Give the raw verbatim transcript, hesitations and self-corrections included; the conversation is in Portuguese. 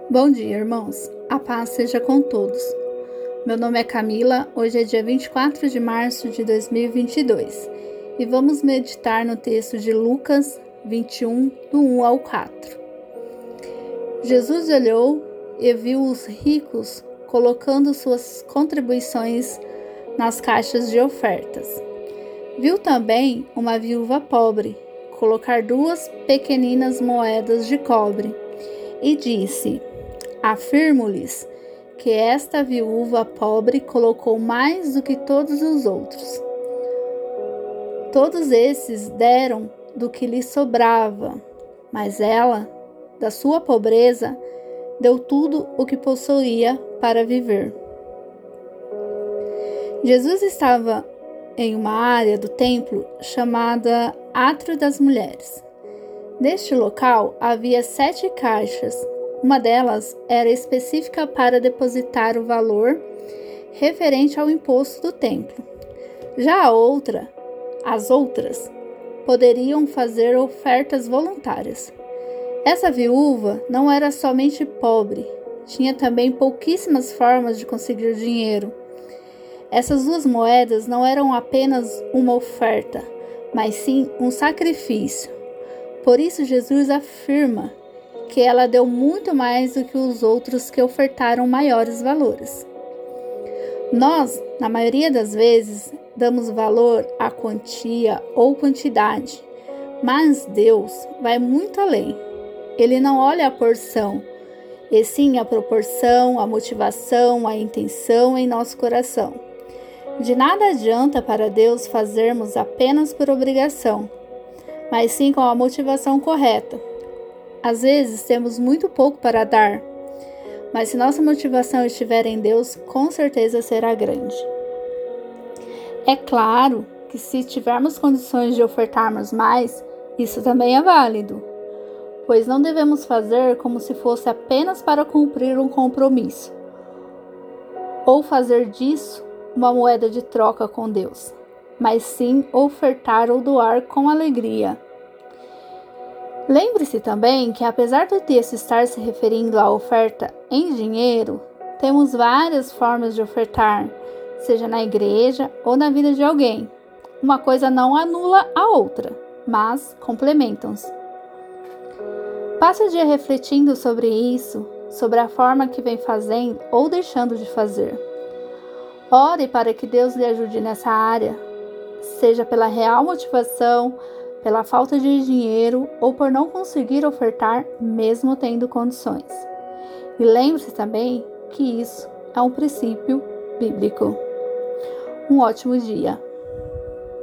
Bom dia, irmãos. A paz seja com todos. Meu nome é Camila, hoje é dia vinte e quatro de março de dois mil e vinte e dois e vamos meditar no texto de Lucas vinte e um, do um ao quatro. Jesus olhou e viu os ricos colocando suas contribuições nas caixas de ofertas. Viu também uma viúva pobre colocar duas pequeninas moedas de cobre e disse: Afirmo-lhes que esta viúva pobre colocou mais do que todos os outros. Todos esses deram do que lhe sobrava, mas ela, da sua pobreza, deu tudo o que possuía para viver. Jesus estava em uma área do templo chamada Átrio das Mulheres. Neste local havia sete caixas. Uma delas era específica para depositar o valor referente ao imposto do templo. Já a outra, as outras, poderiam fazer ofertas voluntárias. Essa viúva não era somente pobre, tinha também pouquíssimas formas de conseguir dinheiro. Essas duas moedas não eram apenas uma oferta, mas sim um sacrifício. Por isso Jesus afirma que ela deu muito mais do que os outros que ofertaram maiores valores. Nós, na maioria das vezes, damos valor à quantia ou quantidade, mas Deus vai muito além. Ele não olha a porção, e sim a proporção, a motivação, a intenção em nosso coração. De nada adianta para Deus fazermos apenas por obrigação, mas sim com a motivação correta. Às vezes temos muito pouco para dar, mas se nossa motivação estiver em Deus, com certeza será grande. É claro que se tivermos condições de ofertarmos mais, isso também é válido, pois não devemos fazer como se fosse apenas para cumprir um compromisso, ou fazer disso uma moeda de troca com Deus, mas sim ofertar ou doar com alegria. Lembre-se também que, apesar do texto estar se referindo à oferta em dinheiro, temos várias formas de ofertar, seja na igreja ou na vida de alguém. Uma coisa não anula a outra, mas complementam-se. Passe o dia refletindo sobre isso, sobre a forma que vem fazendo ou deixando de fazer. Ore para que Deus lhe ajude nessa área, seja pela real motivação, pela falta de dinheiro ou por não conseguir ofertar mesmo tendo condições. E lembre-se também que isso é um princípio bíblico. Um ótimo dia!